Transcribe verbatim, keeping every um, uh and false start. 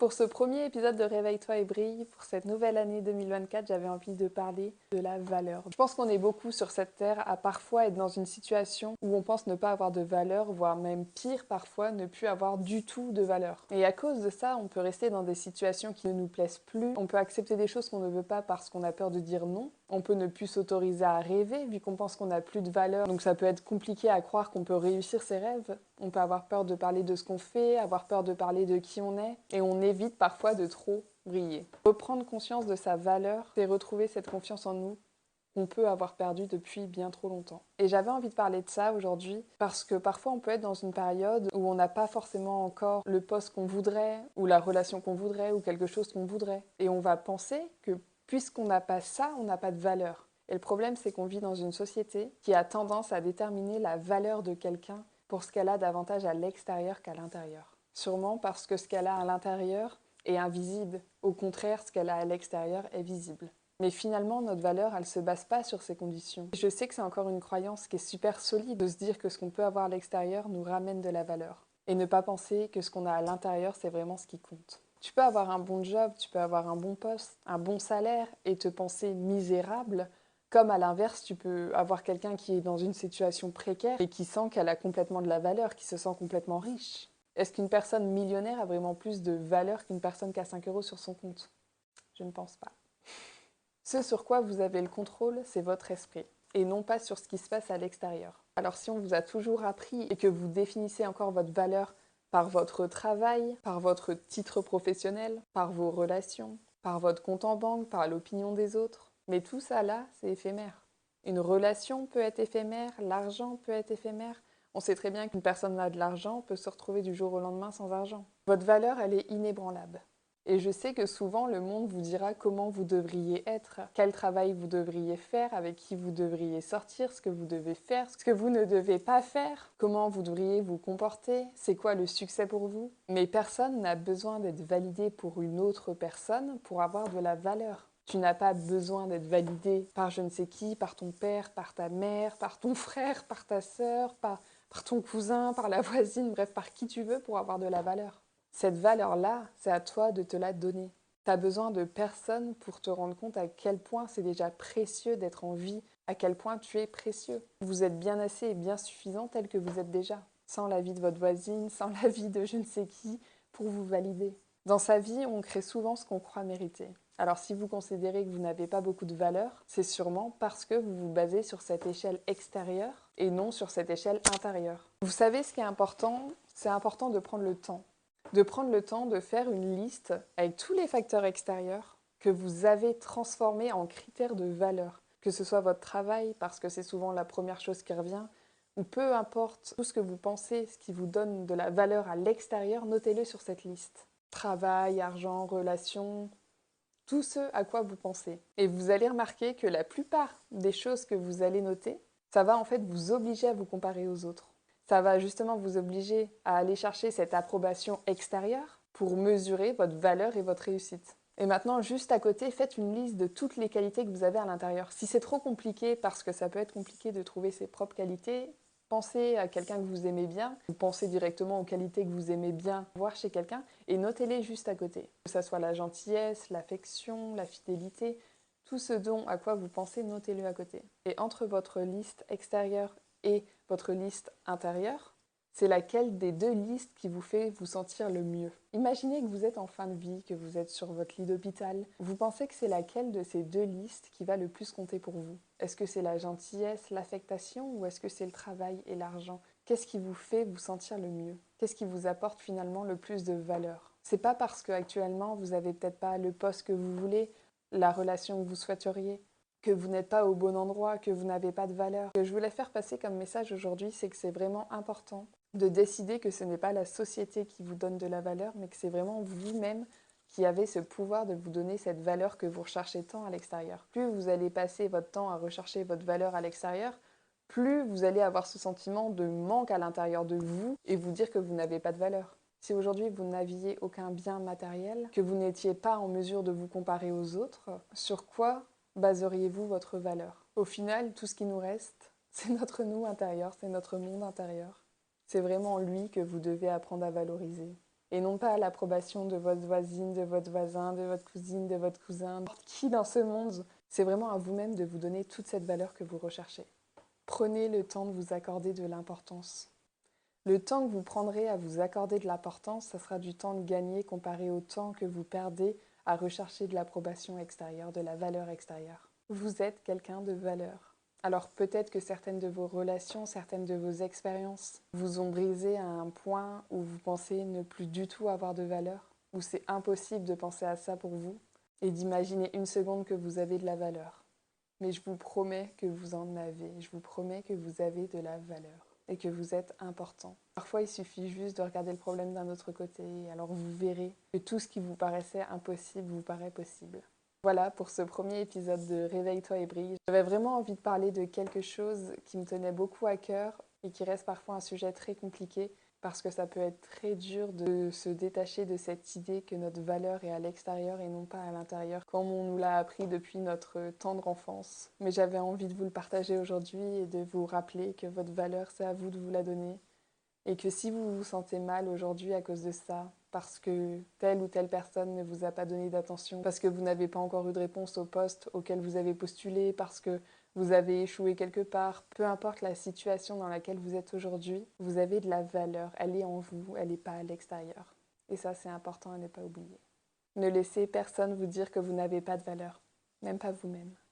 Pour ce premier épisode de Réveille-toi et brille, pour cette nouvelle année deux mille vingt-quatre, j'avais envie de parler de la valeur. Je pense qu'on est beaucoup sur cette terre à parfois être dans une situation où on pense ne pas avoir de valeur, voire même pire parfois, ne plus avoir du tout de valeur. Et à cause de ça, on peut rester dans des situations qui ne nous plaisent plus, on peut accepter des choses qu'on ne veut pas parce qu'on a peur de dire non, on peut ne plus s'autoriser à rêver vu qu'on pense qu'on n'a plus de valeur, donc ça peut être compliqué à croire qu'on peut réussir ses rêves, on peut avoir peur de parler de ce qu'on fait, avoir peur de parler de qui on est, et on évite parfois de trop briller. Reprendre conscience de sa valeur, c'est retrouver cette confiance en nous qu'on peut avoir perdue depuis bien trop longtemps. Et j'avais envie de parler de ça aujourd'hui parce que parfois on peut être dans une période où on n'a pas forcément encore le poste qu'on voudrait, ou la relation qu'on voudrait, ou quelque chose qu'on voudrait. Et on va penser que puisqu'on n'a pas ça, on n'a pas de valeur. Et le problème, c'est qu'on vit dans une société qui a tendance à déterminer la valeur de quelqu'un pour ce qu'elle a davantage à l'extérieur qu'à l'intérieur. Sûrement parce que ce qu'elle a à l'intérieur est invisible. Au contraire, ce qu'elle a à l'extérieur est visible. Mais finalement, notre valeur, elle ne se base pas sur ces conditions. Je sais que c'est encore une croyance qui est super solide de se dire que ce qu'on peut avoir à l'extérieur nous ramène de la valeur. Et ne pas penser que ce qu'on a à l'intérieur, c'est vraiment ce qui compte. Tu peux avoir un bon job, tu peux avoir un bon poste, un bon salaire et te penser misérable. Comme à l'inverse, tu peux avoir quelqu'un qui est dans une situation précaire et qui sent qu'elle a complètement de la valeur, qui se sent complètement riche. Est-ce qu'une personne millionnaire a vraiment plus de valeur qu'une personne qui a cinq euros sur son compte? Je ne pense pas. Ce sur quoi vous avez le contrôle, c'est votre esprit, et non pas sur ce qui se passe à l'extérieur. Alors si on vous a toujours appris et que vous définissez encore votre valeur par votre travail, par votre titre professionnel, par vos relations, par votre compte en banque, par l'opinion des autres, mais tout ça là, c'est éphémère. Une relation peut être éphémère, l'argent peut être éphémère. On sait très bien qu'une personne a de l'argent peut se retrouver du jour au lendemain sans argent. Votre valeur, elle est inébranlable. Et je sais que souvent, le monde vous dira comment vous devriez être, quel travail vous devriez faire, avec qui vous devriez sortir, ce que vous devez faire, ce que vous ne devez pas faire, comment vous devriez vous comporter, c'est quoi le succès pour vous. Mais personne n'a besoin d'être validé pour une autre personne pour avoir de la valeur. Tu n'as pas besoin d'être validé par je ne sais qui, par ton père, par ta mère, par ton frère, par ta sœur, par, par ton cousin, par la voisine, bref, par qui tu veux pour avoir de la valeur. Cette valeur-là, c'est à toi de te la donner. Tu n'as besoin de personne pour te rendre compte à quel point c'est déjà précieux d'être en vie, à quel point tu es précieux. Vous êtes bien assez et bien suffisant tel que vous êtes déjà, sans l'avis de votre voisine, sans l'avis de je ne sais qui, pour vous valider. Dans sa vie, on crée souvent ce qu'on croit mériter. Alors si vous considérez que vous n'avez pas beaucoup de valeur, c'est sûrement parce que vous vous basez sur cette échelle extérieure et non sur cette échelle intérieure. Vous savez ce qui est important? C'est important de prendre le temps. De prendre le temps de faire une liste avec tous les facteurs extérieurs que vous avez transformés en critères de valeur. Que ce soit votre travail, parce que c'est souvent la première chose qui revient, ou peu importe tout ce que vous pensez, ce qui vous donne de la valeur à l'extérieur, notez-le sur cette liste. Travail, argent, relations, tout ce à quoi vous pensez. Et vous allez remarquer que la plupart des choses que vous allez noter, ça va en fait vous obliger à vous comparer aux autres. Ça va justement vous obliger à aller chercher cette approbation extérieure pour mesurer votre valeur et votre réussite. Et maintenant, juste à côté, faites une liste de toutes les qualités que vous avez à l'intérieur. Si c'est trop compliqué, parce que ça peut être compliqué de trouver ses propres qualités, pensez à quelqu'un que vous aimez bien, ou pensez directement aux qualités que vous aimez bien voir chez quelqu'un, et notez-les juste à côté. Que ce soit la gentillesse, l'affection, la fidélité, tout ce dont à quoi vous pensez, notez-le à côté. Et entre votre liste extérieure et votre liste intérieure, c'est laquelle des deux listes qui vous fait vous sentir le mieux. Imaginez que vous êtes en fin de vie, que vous êtes sur votre lit d'hôpital. Vous pensez que c'est laquelle de ces deux listes qui va le plus compter pour vous? Est-ce que c'est la gentillesse, l'affectation ou est-ce que c'est le travail et l'argent? Qu'est-ce qui vous fait vous sentir le mieux? Qu'est-ce qui vous apporte finalement le plus de valeur? C'est pas parce qu'actuellement vous n'avez peut-être pas le poste que vous voulez, la relation que vous souhaiteriez, que vous n'êtes pas au bon endroit, que vous n'avez pas de valeur. Ce que je voulais faire passer comme message aujourd'hui, c'est que c'est vraiment important de décider que ce n'est pas la société qui vous donne de la valeur, mais que c'est vraiment vous-même qui avez ce pouvoir de vous donner cette valeur que vous recherchez tant à l'extérieur. Plus vous allez passer votre temps à rechercher votre valeur à l'extérieur, plus vous allez avoir ce sentiment de manque à l'intérieur de vous et vous dire que vous n'avez pas de valeur. Si aujourd'hui vous n'aviez aucun bien matériel, que vous n'étiez pas en mesure de vous comparer aux autres, sur quoi baseriez-vous votre valeur? Au final, tout ce qui nous reste, c'est notre nous intérieur, c'est notre monde intérieur. C'est vraiment lui que vous devez apprendre à valoriser. et non pas l'approbation de votre voisine, de votre voisin, de votre cousine, de votre cousin, n'importe qui dans ce monde. C'est vraiment à vous-même de vous donner toute cette valeur que vous recherchez. Prenez le temps de vous accorder de l'importance. Le temps que vous prendrez à vous accorder de l'importance, ça sera du temps de gagner comparé au temps que vous perdez à rechercher de l'approbation extérieure, de la valeur extérieure. Vous êtes quelqu'un de valeur. Alors peut-être que certaines de vos relations, certaines de vos expériences vous ont brisé à un point où vous pensez ne plus du tout avoir de valeur, où c'est impossible de penser à ça pour vous et d'imaginer une seconde que vous avez de la valeur. Mais je vous promets que vous en avez, je vous promets que vous avez de la valeur et que vous êtes important. Parfois, il suffit juste de regarder le problème d'un autre côté, alors vous verrez que tout ce qui vous paraissait impossible vous paraît possible. Voilà pour ce premier épisode de Réveille-toi et brille. J'avais vraiment envie de parler de quelque chose qui me tenait beaucoup à cœur et qui reste parfois un sujet très compliqué parce que ça peut être très dur de se détacher de cette idée que notre valeur est à l'extérieur et non pas à l'intérieur, comme on nous l'a appris depuis notre tendre enfance. Mais j'avais envie de vous le partager aujourd'hui et de vous rappeler que votre valeur, c'est à vous de vous la donner. Et que si vous vous sentez mal aujourd'hui à cause de ça, parce que telle ou telle personne ne vous a pas donné d'attention, parce que vous n'avez pas encore eu de réponse au poste auquel vous avez postulé, parce que vous avez échoué quelque part, peu importe la situation dans laquelle vous êtes aujourd'hui, vous avez de la valeur, elle est en vous, elle n'est pas à l'extérieur. Et ça, c'est important à ne pas oublier. Ne laissez personne vous dire que vous n'avez pas de valeur, même pas vous-même.